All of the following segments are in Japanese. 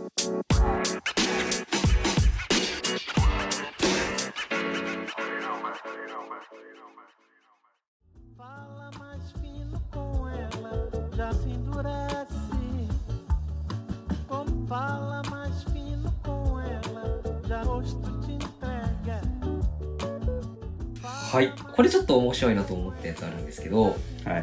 Fala mais fino com ela, já se endurece. Quando fala mais fino com ela, já o rosto te entrega. はい。これちょっと面白いなと思ったやつあるんですけど、 はい。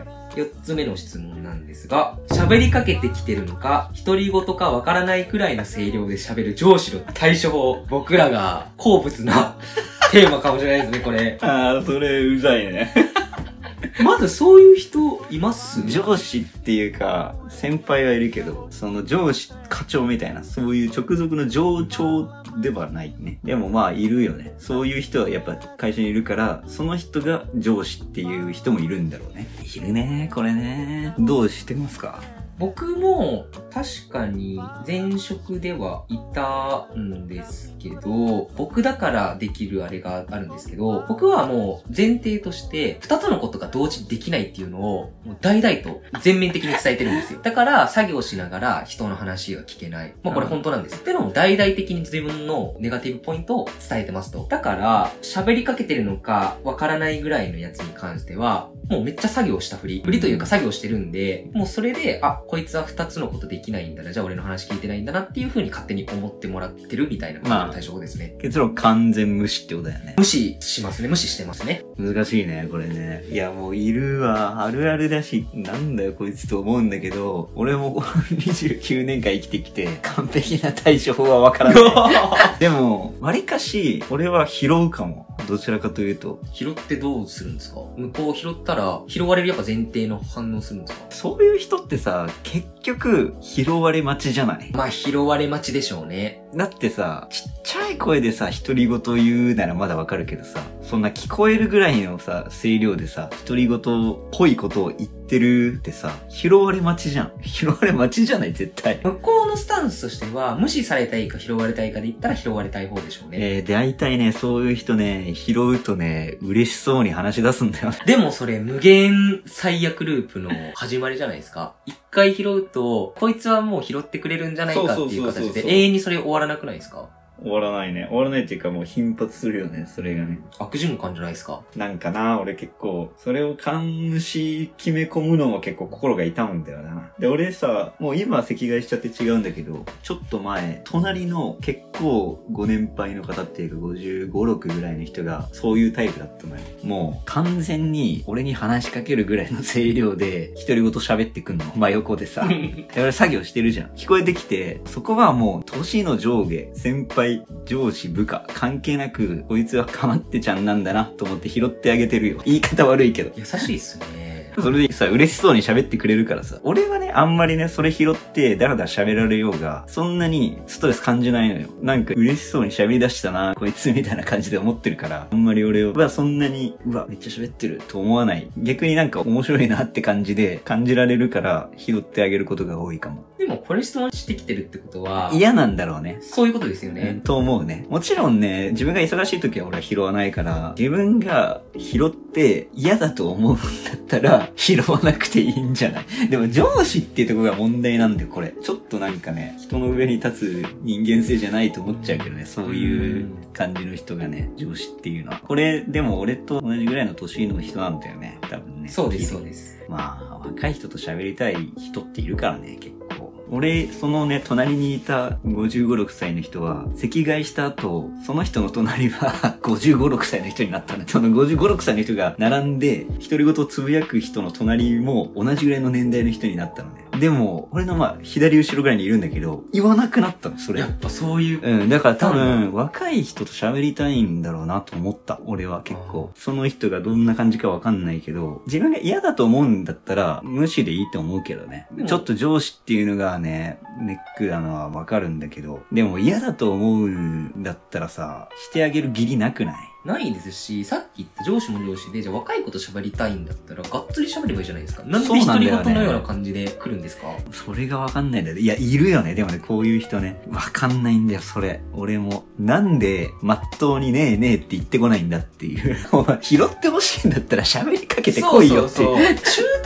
4つ目の質問なんですが、喋りかけてきてるのか、独り言かわからないくらいの声量で喋る上司の対処法。僕らが好物なテーマかもしれないですね、これ。 ああ、それうざいね。 まずそういう人います？ 上司っていうか、先輩はいるけど、その上司、課長みたいな、そういう直属の上長ではないね。でもまあ、いるよね。そういう人はやっぱ会社にいるから、その人が上司っていう人もいるんだろうね。いるね、これね。どうしてますか？ 僕も確かに前職ではいたんですけど、僕だからできるあれがあるんですけど、僕はもう前提として2つのことが同時にできないっていうのをもう大々と全面的に伝えてるんですよ。だから作業しながら人の話が聞けない。もうこれ本当なんです。ってのを大々的に自分のネガティブポイントを伝えてますと。だから喋りかけてるのかわからないぐらいのやつに関しては、もうめっちゃ作業したふりというか作業してるんで、もうそれで、あ、こいつは2つのことできないんだな、じゃあ俺の話聞いてないんだなっていう風に勝手に思ってもらってるみたいな感じの対処法ですね。 結論完全無視ってことだよね。 無視しますね。無視してますね。 難しいね、これね。いや、もういるわ。あるあるだし、なんだよこいつと思うんだけど、俺もこの29年間生きてきて、完璧な対処法はわからない。でも、割かし、俺は拾うかも。どちらかというと。 拾ってどうするんですか？向こう拾ったら、拾われるやっぱ前提の反応するんですか？ そういう人ってさ、結局、拾われ待ちじゃない？ まあ、拾われ待ちでしょうね。 だってさ、ちっちゃい声でさ、独り言言うならまだわかるけどさ、そんな聞こえるぐらいのさ、声量でさ、独り言っぽいことを言ってるってさ、拾われ待ちじゃん。拾われ待ちじゃない絶対。 向こうのスタンスとしては、無視されたいか拾われたいかで言ったら拾われたい方でしょうね。 大体ね、そういう人ね、拾うとね、嬉しそうに話し出すんだよ。 でもそれ無限最悪ループの始まりじゃないですか。一回拾うと、こいつはもう拾ってくれるんじゃないかっていう形で永遠にそれ終わらなくないですか？ 終わらないね。終わらないっていうかもう頻発するよね、それがね。 悪循環じゃないですか？ なんかな、俺結構、それを監視決め込むのも結構心が痛むんだよな。で、俺さ、もう今は席替えしちゃって違うんだけど、ちょっと前、隣の結構ご年配の方っていうか55、6ぐらいの人がそういうタイプだったのよ。もう完全に俺に話しかけるぐらいの声量で独り言喋ってくんの。真横でさ。で、俺作業してるじゃん。聞こえてきて、そこはもう年の上下、先輩、上司、部下、関係なく、こいつはかまってちゃんなんだなと思って拾ってあげてるよ。言い方悪いけど。 優しいっすね。 それでさ、嬉しそうに喋ってくれるからさ。俺はね、あんまりね、それ拾ってダラダラ喋られようが、そんなにストレス感じないのよ。なんか嬉しそうに喋り出したな、こいつみたいな感じで思ってるから、あんまり俺はそんなに、うわ、めっちゃ喋ってると思わない。逆になんか面白いなって感じで感じられるから拾ってあげることが多いかも。 でもこれ質問してきてるってことは、 嫌なんだろうね。 そういうことですよね。 と思うね。もちろんね、自分が忙しい時は俺は拾わないから、自分が拾って嫌だと思うんだったら、拾わなくていいんじゃない？でも上司っていうところが問題なんだよ、これ。ちょっとなんかね、人の上に立つ人間性じゃないと思っちゃうけどね、そういう感じの人がね、上司っていうのは。これ、でも俺と同じぐらいの年の人なんだよね、多分ね。 そうです、そうです。 まあ、若い人と喋りたい人っているからね、結構。俺、そのね、隣にいた55、6歳の人は、席替えした後、その人の隣は55、6歳の人になったんだ。その55、6歳の人が並んで、独り言をつぶやく人の隣も同じぐらいの年代の人になったのね。でも、俺の左後ろぐらいにいるんだけど、言わなくなったの、それ。 やっぱそういう。 だから多分、若い人と喋りたいんだろうなと思った。俺は結構。その人がどんな感じかわかんないけど、自分が嫌だと思うんだったら、無視でいいと思うけどね。ちょっと上司っていうのがね、ネックなのはわかるんだけど、でも嫌だと思うんだったらさ、してあげる義理なくない？ ないですし、さっき言った上司も上司で、じゃあ若い子と喋りたいんだったら、がっつり喋ればいいじゃないですか。なんで独り言のような感じで来るんですか？ それがわかんないんだよ。いや、いるよね。でもね、こういう人ね。わかんないんだよ、それ。俺も。なんで、まっとうにねえねえって言ってこないんだっていう。お前、拾ってほしいんだったら喋りかけてこいよっていう。 そうそうそう。中途半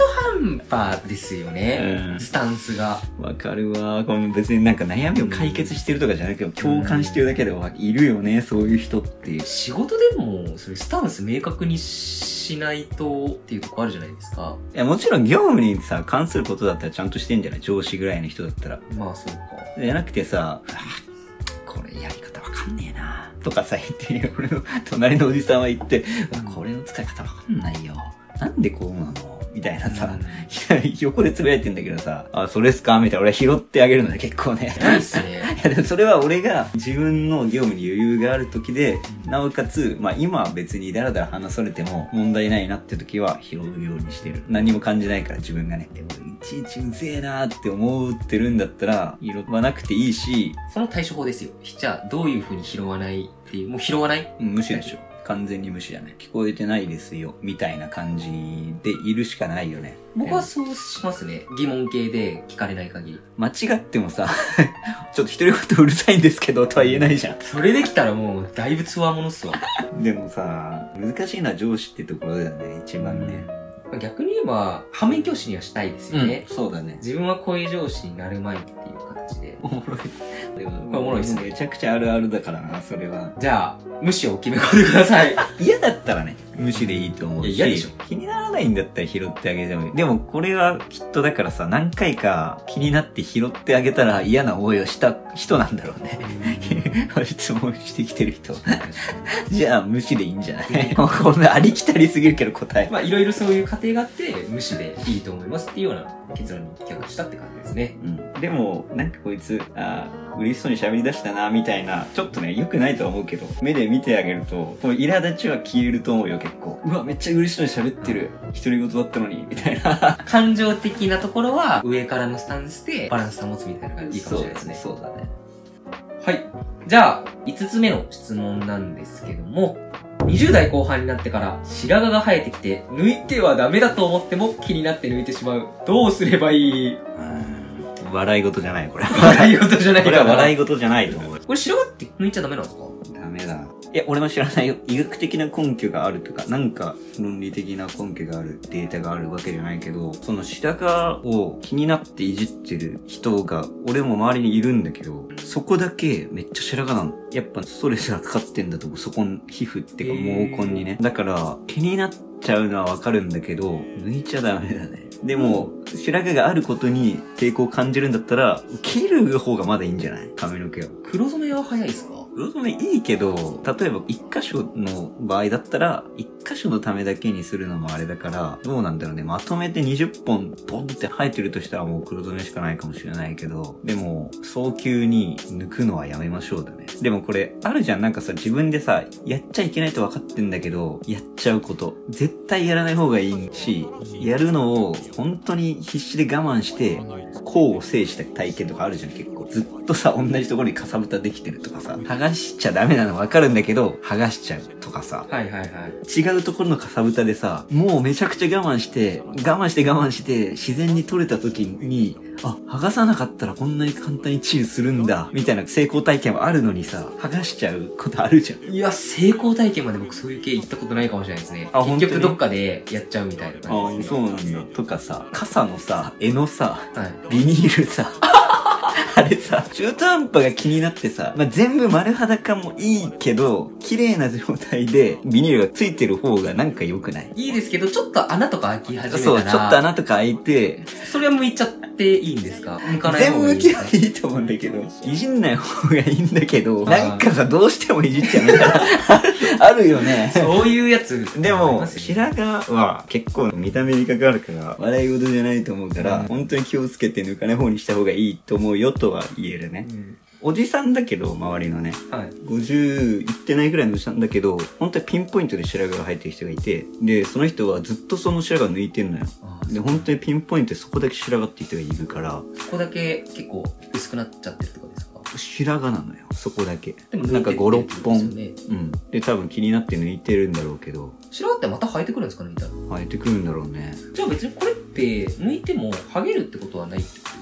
半端ですよね、 うんスタンスが。 わかるわ。この別になんか悩みを解決してるとかじゃなくて、共感してるだけでいるよね、そういう人っていう。 仕事でも、それスタンス明確にしないとっていうとこあるじゃないですか。 いや、もちろん業務にさ、関することだったらちゃんとしてんじゃない？上司ぐらいの人だったら。 まあそうか。 じゃなくてさ、これやり方わかんねえなとかさ、言って、俺の隣のおじさんは言って、これの使い方わかんないよ。なんでこうなのみたいなさ、横でつぶやいてんだけどさ、あ、それっすかみたいな。俺は拾ってあげるので結構ね。 ないっすね。 いやでもそれは俺が自分の業務に余裕がある時で、なおかつ、まあ今は別にダラダラ話されても問題ないなって時は拾うようにしてる。何も感じないから自分がね。でもいちいちうぜえなーって思ってるんだったら、拾わなくていいし、 その対処法ですよ。じゃあ、どういう風に拾わないっていう、もう拾わない？ 無視でしょ。完全に無視じゃない。聞こえてないですよ。みたいな感じでいるしかないよね。 僕はそうしますね。疑問形で聞かれない限り。 間違ってもさ、ちょっと独り言うるさいんですけど、とは言えないじゃん。 それできたらもう、だいぶつわものっすわ。 でもさ、難しいのは上司ってところだよね、一番ね。 逆に言えば、反面教師にはしたいですよね。 そうだね。 自分はこういう上司になるまいっていう形で。 おもろい。でもおもろいっすねめちゃくちゃあるあるだからな、それは。 じゃあ、無視を決め込んでください。 嫌だったらね、無視でいいと思うし。 いや嫌でしょ。 気にならないんだったら拾ってあげてもいい。でもこれはきっとだからさ、何回か気になって拾ってあげたら嫌な思いをした人なんだろうね。質問してきてる人。じゃあ無視でいいんじゃないこんなありきたりすぎるけど答え。 まあ、いろいろそういう過程があって、無視でいいと思いますっていうような結論に帰却したって感じですね。 うん。でも、なんかこいつ、嬉しそうに喋り出したな、みたいな、ちょっとね、良くないとは思うけど、目で見てあげると、この苛立ちは消えると思うよ、結構。うわ、めっちゃ嬉しそうに喋ってる。独り言だったのに、みたいな。 感情的なところは、上からのスタンスでバランス保つみたいな感じでいいかもしれないですね。 そうだね。 はい。じゃあ、5つ目の質問なんですけども、20代後半になってから白髪が生えてきて、抜いてはダメだと思っても気になって抜いてしまう。どうすればいい？ 笑い事じゃない、これ。 笑い事じゃないかな。 これは笑い事じゃないと思う。 これ白髪って抜いちゃダメなんですか？ ダメだ。いや、俺も知らないよ。医学的な根拠があるとか、なんか論理的な根拠がある、データがあるわけじゃないけど、その白髪を気になっていじってる人が、俺も周りにいるんだけど、そこだけめっちゃ白髪なの。やっぱストレスがかかってんだと思う。そこの皮膚っていうか毛根にね。だから、気になっちゃうのはわかるんだけど、抜いちゃダメだね。でも、白髪があることに抵抗を感じるんだったら、切る方がまだいいんじゃない？髪の毛を。 黒染めは早いですか？ 黒染めいいけど、例えば一箇所の場合だったら、一箇所のためだけにするのもあれだから、どうなんだろうね。まとめて20本ポンって生えてるとしたらもう黒染めしかないかもしれないけど、でも、早急に抜くのはやめましょうだね。でもこれ、あるじゃん。なんかさ、自分でさ、やっちゃいけないと分かってんだけど、やっちゃうこと。絶対やらない方がいいし、やるのを本当に必死で我慢して、功を制した体験とかあるじゃん、結構。ずっとさ、同じところにかさぶたできてるとかさ、剥がしちゃダメなの分かるんだけど、剥がしちゃうとかさ、 はいはいはい。 違うところのかさぶたでさ、もうめちゃくちゃ我慢して、自然に取れた時に、あ、剥がさなかったらこんなに簡単に治癒するんだ、みたいな成功体験はあるのにさ、剥がしちゃうことあるじゃん。 いや、成功体験まで僕そういう系行ったことないかもしれないですね。 あ結局どっかでやっちゃうみたいな感じですね。 そうなんだ。とかさ、傘のさ、柄のさ、 はい。 ビニールさ、あれさ、中途半端が気になってさ、まあ、全部丸裸もいいけど、綺麗な状態でビニールがついてる方がなんか良くない？ いいですけど、ちょっと穴とか開き始めたそう、 ら。 ちょっと穴とか開いて、 それは向いちゃっていいんですか？向かない全部方がいい向きはいいと思うんだけど、いじんない方がいいんだけど、なんかさ、どうしてもいじっちゃうみたいな、あるよね。 そういうやつ。 でも、 ありますよね白髪は結構見た目に関わるから、笑い事じゃないと思うから、本当に気をつけて抜かない方にした方がいいと思うよとは言えるね。おじさんだけど、周りのね、 はい。 50いってないぐらいのおじさんだけど、本当にピンポイントで白髪が生えてる人がいて、で、その人はずっとその白髪抜いてんのよ。で、本当にピンポイントでそこだけ白髪っていう人がいるから、 そこだけ結構薄くなっちゃってるとかですか？ 白髪なのよ、そこだけ。 でもなんか5、6本。 抜いてるってことですよね。 うん。で、多分気になって抜いてるんだろうけど、 白髪ってまた生えてくるんですかね、生えたら。 生えてくるんだろうね。 じゃあ別にこれって抜いても剥げるってことはないってことですか？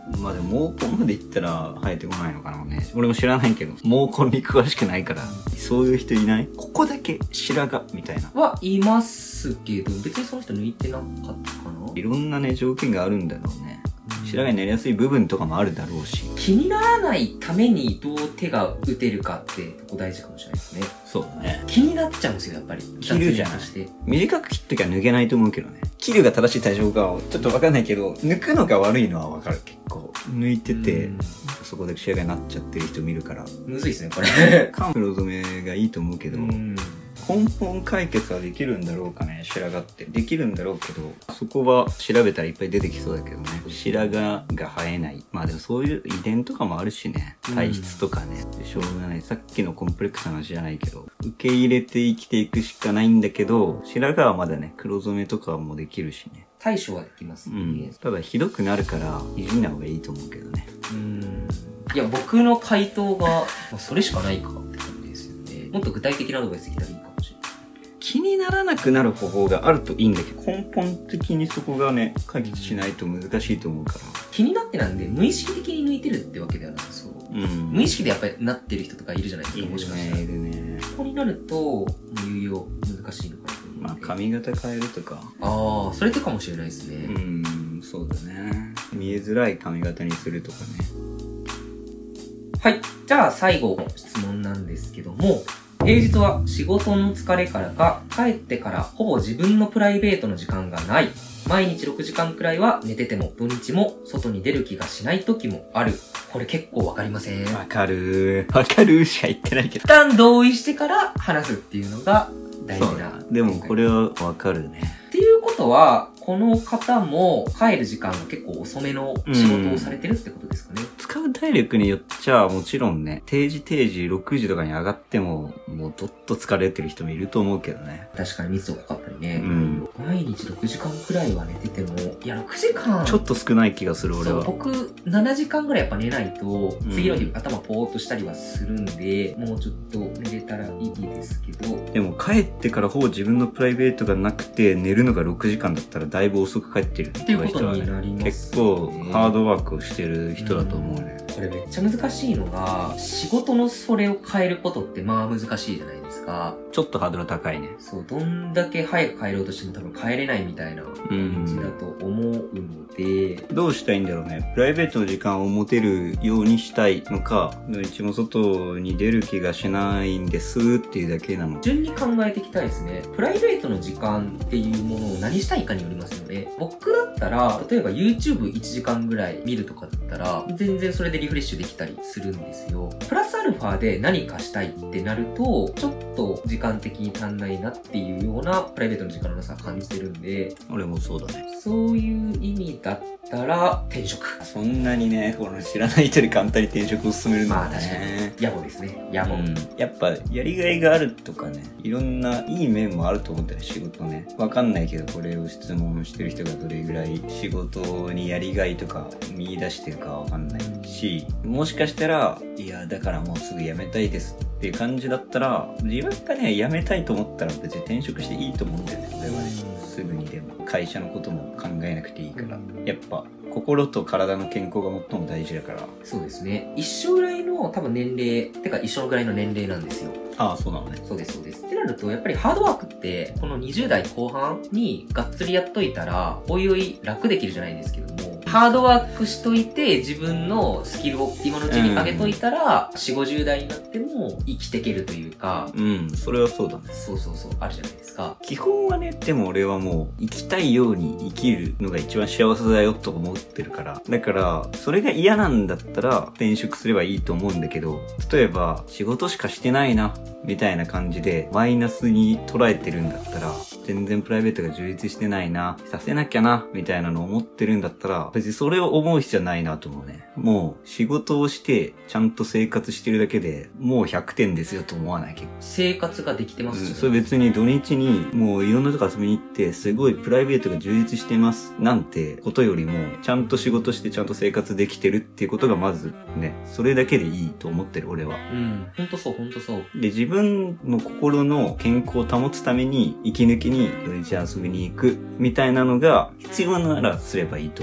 まあでも毛根までいったら生えてこないのかなね。俺も知らないけど、毛根に詳しくないから、そういう人いない？ここだけ白髪みたいな。 はいますけど、別にその人抜いてなかったかな。 いろんなね、条件があるんだろうね。白髪になりやすい部分とかもあるだろうし。 気にならないためにどう手が打てるかってとこ大事かもしれないですね。 そうだね。 気になっちゃうんですよ、やっぱり。 切るじゃん脱毛して。 短く切っときゃ抜けないと思うけどね。切るが正しい対象かちょっとわかんないけど、抜くのが悪いのはわかる、結構。抜いてて、そこで白髪になっちゃってる人見るから。 むずいですね、これ。 黒染めがいいと思うけど、根本解決はできるんだろうかね、白髪って。できるんだろうけど、そこは調べたらいっぱい出てきそうだけどね。白髪が生えない。まあでもそういう遺伝とかもあるしね。体質とかね。しょうがない。さっきのコンプレックスな話じゃないけど、受け入れて生きていくしかないんだけど、白髪はまだね、黒染めとかもできるしね。 対処はできますね。 ただひどくなるから、いじんない方がいいと思うけどね。 いや、僕の回答が、まあ、それしかないかって感じですよね。もっと具体的なアドバイスできたらいいかもしれない。 気にならなくなる方法があるといいんだけど、根本的にそこがね、解決しないと難しいと思うから。 気になってなんで、無意識的に抜いてるってわけではなさそう。無意識でやっぱりなってる人とかいるじゃないですか、もしかしたら。 いるね。 ここになると、有用、難しいのかなと思う。 まあ、髪型変えるとか。 ああ、それってかもしれないですね。 そうだね。見えづらい髪型にするとかね。 はい。じゃあ最後の質問なんですけども、平日は仕事の疲れからか、帰ってからほぼ自分のプライベートの時間がない。毎日6時間くらいは寝てても土日も外に出る気がしない時もある。これ結構わかりません？ わかるーしか言ってないけど。 一旦同意してから話すっていうのが大事な。 でもこれはわかるね。 っていうことは、この方も帰る時間が結構遅めの仕事をされてるってことですかね。 使う体力によっちゃもちろんね、定時6時とかに上がっても、もうどっと疲れてる人もいると思うけどね。 確かに密度がかかったりね。毎日6時間くらいは寝てても、いや、6時間。 ちょっと少ない気がする、俺は。 そう、僕、7時間くらいやっぱ寝ないと、次の日頭ポーっとしたりはするんで、もうちょっと寝れたらいいですけど。 でも帰ってからほぼ自分のプライベートがなくて、寝るのが6時間だったらだいぶ遅く帰ってるっていうことになりますね。 結構ハードワークをしてる人だと思うね。 これめっちゃ難しいのが、仕事のそれを変えることってまあ難しいじゃないですか。 ちょっとハードル高いね。 そう、どんだけ早く帰ろうとしても多分帰れないみたいな感じだと思うので。 どうしたいんだろうね。プライベートの時間を持てるようにしたいのか、土日も外に出る気がしないんですっていうだけなの。 順に考えていきたいですね。プライベートの時間っていうものを何したいかによりますよね。僕だったら、例えば YouTube1 時間ぐらい見るとかだったら、全然それでリフレッシュできたりするんですよ。プラスアルファで何かしたいってなると、ちょっと時間的に足んないなっていうようなプライベートの時間のなさ感じてるんで。 俺もそうだね。 そういう意味だったら、転職。 そんなにね、この知らない人に簡単に転職を進めるのはね。 まあ確かに。野暮ですね。野暮。 やっぱ、やりがいがあるとかね、いろんないい面もあると思ったら仕事ね。わかんないけど、これを質問してる人がどれぐらい仕事にやりがいとか見出してるかわかんないし、もしかしたら、いや、だからもうすぐ辞めたいですっていう感じだったら、自分がね、辞めたいと思ったら別に転職していいと思うんだよね。俺はね、すぐにでも。会社のことも考えなくていいから。やっぱ、心と体の健康が最も大事だから。 そうですね。一緒ぐらいの多分年齢、てか一緒ぐらいの年齢なんですよ。 ああ、そうなのね。 そうです、そうです。ってなると、やっぱりハードワークって、この20代後半にがっつりやっといたら、おいおい楽できるじゃないですけども、ハードワークしといて、自分のスキルを今のうちに上げといたら、4、50代になっても生きていけるというか、 それはそうだね。 そうそうそう、あるじゃないですか。 基本はね、でも俺はもう、生きたいように生きるのが一番幸せだよと思ってるから。だから、それが嫌なんだったら、転職すればいいと思うんだけど、例えば、仕事しかしてないな、みたいな感じで、マイナスに捉えてるんだったら、全然プライベートが充実してないな、させなきゃな、みたいなのを思ってるんだったら、別にそれを思う必要はないなと思うね。もう、仕事をして、ちゃんと生活してるだけで、もう100点ですよと思わないけど。 生活ができてますしね。 それ別に土日に、もういろんなとこ遊びに行って、すごいプライベートが充実してます、なんてことよりも、ちゃんと仕事してちゃんと生活できてるっていうことがまずね、それだけでいいと思ってる俺は。 ほんとそう、ほんとそう。 で、自分の心の健康を保つために、息抜きに土日遊びに行く、みたいなのが必要ならすればいいと思うし、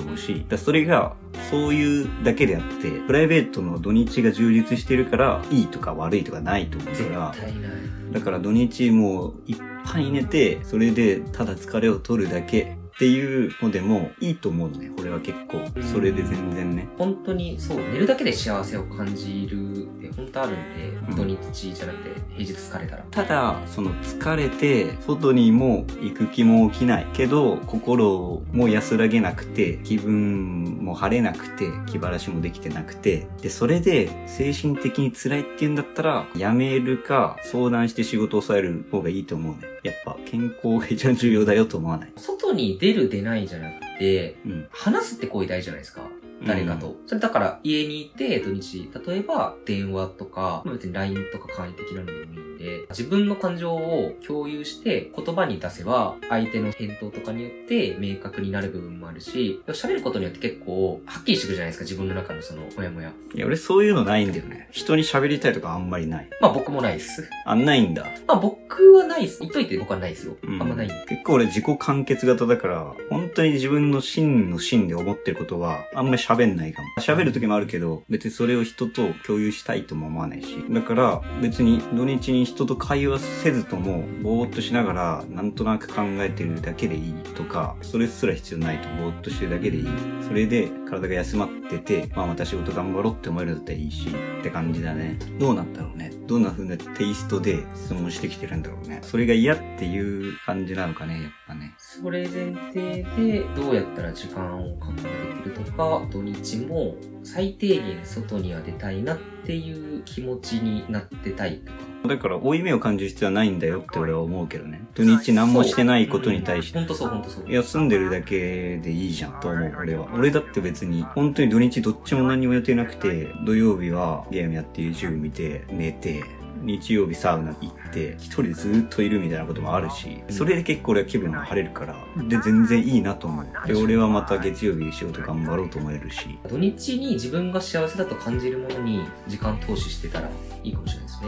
だそれが、そういうだけであって、プライベートの土日が充実してるから、いいとか悪いとかないと思うから、 絶対ない。 だから土日もういっぱい寝て、それでただ疲れを取るだけっていうのでもいいと思うのね。これは結構。それで全然ね。 本当にそう、寝るだけで幸せを感じるって本当あるんで、土日じゃなくて平日疲れたら。 ただ、その疲れて、外にも行く気も起きないけど、心も安らげなくて、気分も晴れなくて、気晴らしもできてなくて、で、それで精神的に辛いっていうんだったら、やめるか、相談して仕事を抑える方がいいと思うね。やっぱ健康が一番重要だよと思わない？ 外に出る出ないじゃなくて、話すって行為大事じゃないですか。誰かと。それだから家にいて土日、例えば電話とか、別に LINE とか簡易的なのでもいいんで、自分の感情を共有して言葉に出せば、相手の返答とかによって明確になる部分もあるし、喋ることによって結構はっきりしてくるじゃないですか、自分の中のそのモヤモヤ。 いや、俺そういうのないんだよね。人に喋りたいとかあんまりない。 まあ僕もないです。 ないんだ。 まあ僕はないです。言っといて僕はないですよ。あんまないんで。 結構俺自己完結型だから、本当に自分の真の真で思ってることは、あんまり喋んないかも。喋る時もあるけど、別にそれを人と共有したいとも思わないし。だから、別に土日に人と会話せずとも、ぼーっとしながら、なんとなく考えてるだけでいいとか、それすら必要ないと、ぼーっとしてるだけでいい。それで、体が休まってて、また仕事頑張ろうって思えるんだったらいいし、って感じだね。どうなんだろうね。どんな風なテイストで質問してきてるんだろうね。それが嫌っていう感じなのかね、やっぱね。 それ前提で、どうやったら時間を確保できるとか、土日も最低限外には出たいなっていう気持ちになってたいとか。 だから、負い目を感じる必要はないんだよって俺は思うけどね。土日何もしてないことに対して。 ほんとそう。 休んでるだけでいいじゃんと思う、俺は。俺だって別に、本当に土日どっちも何も予定なくて、土曜日はゲームやって YouTube 見て、寝て、日曜日サウナ行って、一人でずっといるみたいなこともあるし、それで結構俺は気分が晴れるから、で、全然いいなと思う。で、俺はまた月曜日仕事頑張ろうと思えるし。 土日に自分が幸せだと感じるものに時間投資してたらいいかもしれないですね。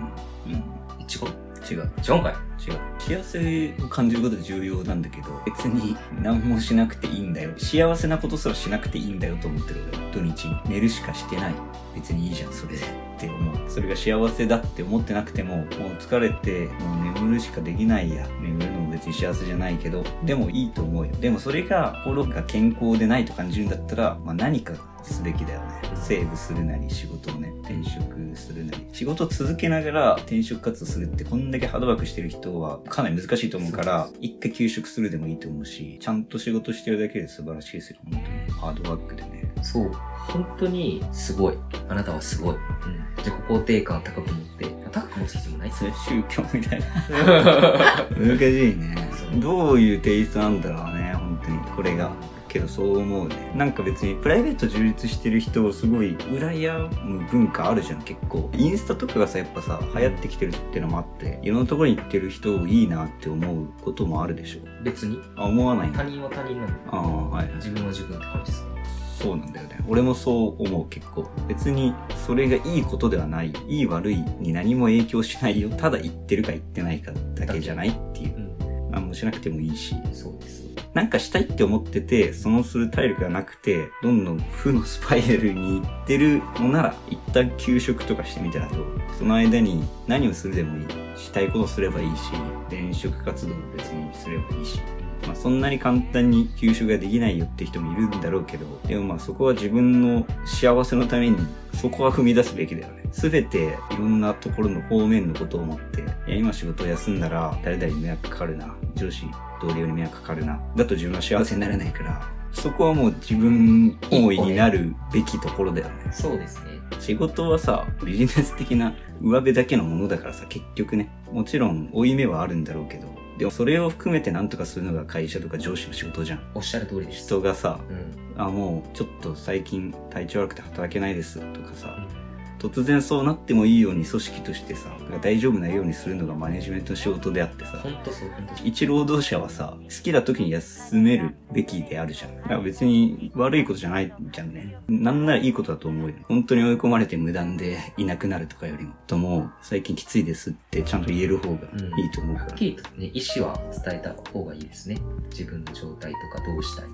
違うんかい？ 違う。幸せを感じることは重要なんだけど、別に何もしなくていいんだよ。幸せなことすらしなくていいんだよと思ってる俺は。土日に寝るしかしてない。別にいいじゃん、それで。って思う。それが幸せだって思ってなくても、もう疲れて、もう眠るしかできないや。眠るのも別に幸せじゃないけど、でもいいと思うよ。でもそれが心が健康でないと感じるんだったら、何かすべきだよね。セーブするなり、仕事をね、転職するなり。仕事を続けながら転職活動するってこんだけハードワークしてる人はかなり難しいと思うから、一回休職するでもいいと思うし、ちゃんと仕事してるだけで素晴らしいですよ。本当に。ハードワークでね。 そう。本当にすごい。あなたはすごい。自己肯定感高く持って、高く持つ必要もないっすそれよ。 宗教みたいな。難しいね。どういうテイストなんだろうね、本当に。これが。けどそう思うね。なんか別にプライベート充実してる人をすごい羨む文化あるじゃん、結構。インスタとかがさ、やっぱさ、流行ってきてるっていうのもあって、いろんなところに行ってる人いいなって思うこともあるでしょ。 別に。 思わないんだ。 他人は他人なんだ。 はい。 自分は自分って感じですね。 そうなんだよね。俺もそう思う、結構。別に、それがいいことではない。いい悪いに何も影響しないよ。ただ言ってるか言ってないかだけじゃないっていう。何もしなくてもいいし。 そうです。 なんかしたいって思ってて、そのする体力がなくて、どんどん負のスパイラルに行ってるのなら、一旦休職とかしてみたらどう？その間に何をするでもいい。したいことすればいいし、転職活動も別にすればいいし。そんなに簡単に休職ができないよって人もいるんだろうけど、でもそこは自分の幸せのために、そこは踏み出すべきだよね。すべていろんなところの方面のことを思って、いや今仕事を休んだら誰々に迷惑かかるな。上司、同僚に迷惑かかるな。だと自分は幸せになれないから、そこはもう自分思いになるべきところだよね。 そうですね。 仕事はさ、ビジネス的な上辺だけのものだからさ、結局ね。もちろん、負い目はあるんだろうけど、でもそれを含めて何とかするのが会社とか上司の仕事じゃん。 おっしゃる通りです。 人がさ、もうちょっと最近体調悪くて働けないですとかさ、突然そうなってもいいように組織としてさ、大丈夫なようにするのがマネジメントの仕事であってさ、 ほんとそう。 一労働者はさ、好きな時に休めるべきであるじゃん。だから別に悪いことじゃないじゃんね。なんならいいことだと思うよ。本当に追い込まれて無断でいなくなるとかよりも、最近きついですってちゃんと言える方がいいと思うから。 はっきりとね、意思は伝えた方がいいですね。自分の状態とかどうしたいとか。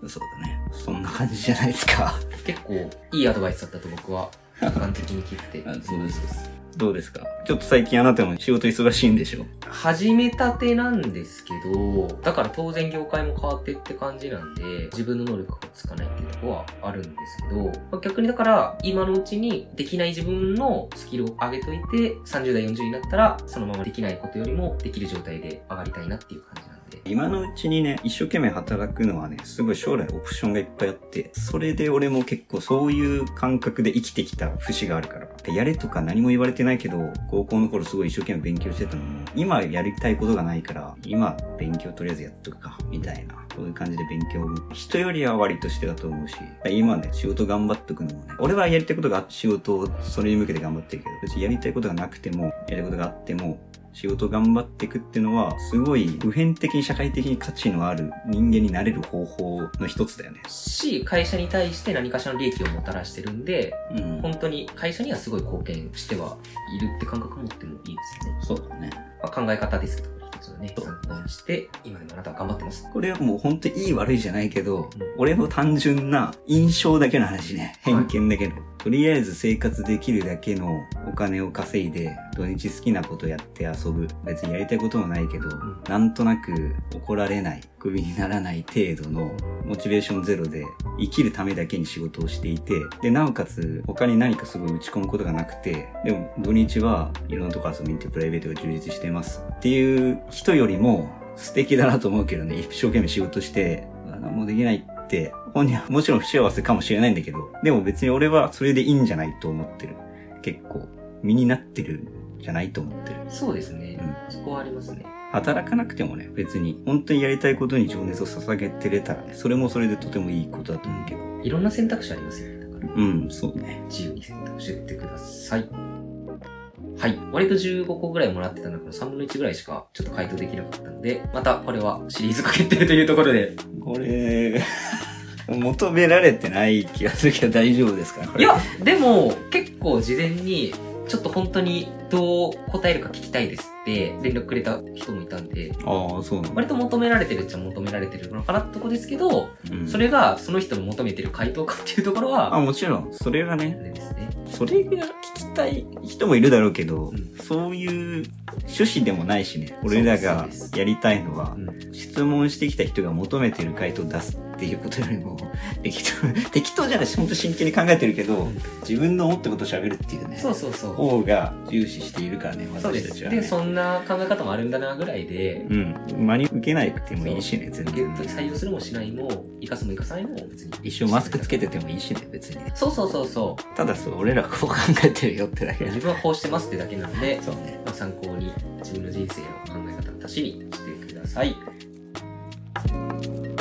そうだね。そんな感じじゃないですか。 結構いいアドバイスだったと僕は客観的に聞いて。 そうです。どうですか？ちょっと最近あなたも仕事忙しいんでしょ？ 始めたてなんですけど、だから当然業界も変わってって感じなんで、自分の能力がつかないっていうところはあるんですけど、逆にだから今のうちにできない自分のスキルを上げといて、30代40になったらそのままできないことよりもできる状態で上がりたいなっていう感じなんで。 今のうちにね、一生懸命働くのはね、すごい将来オプションがいっぱいあって、それで俺も結構そういう感覚で生きてきた節があるから、やれとか何も言われてないけど、高校の頃すごい一生懸命勉強してたのも、今やりたいことがないから、今勉強とりあえずやっとくか、みたいな。そういう感じで勉強を、人よりは割としてたと思うし、今ね、仕事頑張っとくのもね、俺はやりたいことがあって仕事をそれに向けて頑張ってるけど、別にやりたいことがなくても、やりたいことがあっても、仕事頑張っていくっていうのは、すごい普遍的に社会的に価値のある人間になれる方法の一つだよね。 会社に対して何かしらの利益をもたらしてるんで、本当に会社にはすごい貢献してはいるって感覚を持ってもいいですよね。 そうだね。 考え方ですけど、一つのね、参考にして、今でもあなたは頑張ってます。 これはもう本当にいい悪いじゃないけど、俺の単純な印象だけの話ね。偏見だけど。とりあえず生活できるだけのお金を稼いで、土日好きなことやって遊ぶ。別にやりたいこともないけど、なんとなく怒られない、クビにならない程度のモチベーションゼロで生きるためだけに仕事をしていて、で、なおかつ他に何かすごい打ち込むことがなくて、でも土日はいろんなとこ遊びに行ってプライベートが充実してますっていう人よりも素敵だなと思うけどね、一生懸命仕事して、何もできないって、本人はもちろん不幸せかもしれないんだけど、でも別に俺はそれでいいんじゃないと思ってる。結構、身になってるんじゃないと思ってる。 そうですね。そこはありますね。 働かなくてもね、別に、本当にやりたいことに情熱を捧げてれたらね、それもそれでとてもいいことだと思うけど。 いろんな選択肢ありますよね。だから。 そうね。 自由に選択してください。はい。割と15個ぐらいもらってたんだけど、3分の1ぐらいしかちょっと回答できなかったので、またこれはシリーズ化決定というところで。 これ、求められてない気がするけど大丈夫ですか？ いや、でも結構事前にちょっと本当にどう答えるか聞きたいですって連絡くれた人もいたんで、 そうなの。 割と求められてるっちゃ求められてるのかなってとこですけど、それがその人の求めてる回答かっていうところは、 もちろん、それがね、 ですね。 それが聞きたい人もいるだろうけど、そういう趣旨でもないしね、俺らがやりたいのは、質問してきた人が求めてる回答を出すっていうことよりも、適当じゃないし、本当真剣に考えてるけど、自分の思ったことを喋るっていうね、方が重視しているからね、私たちは、ね。 で、そんな考え方もあるんだなぐらいで、 真に受けなくてもいいしね、全然。 採用するもしないも、生かすも生かさないも別に。 一生マスクつけててもいいしね、別に。 そう。 ただ俺らはこう考えてるよってだけ。 自分はこうしてますってだけなので、 そうね。 参考に自分の人生の考え方の足しにしてください。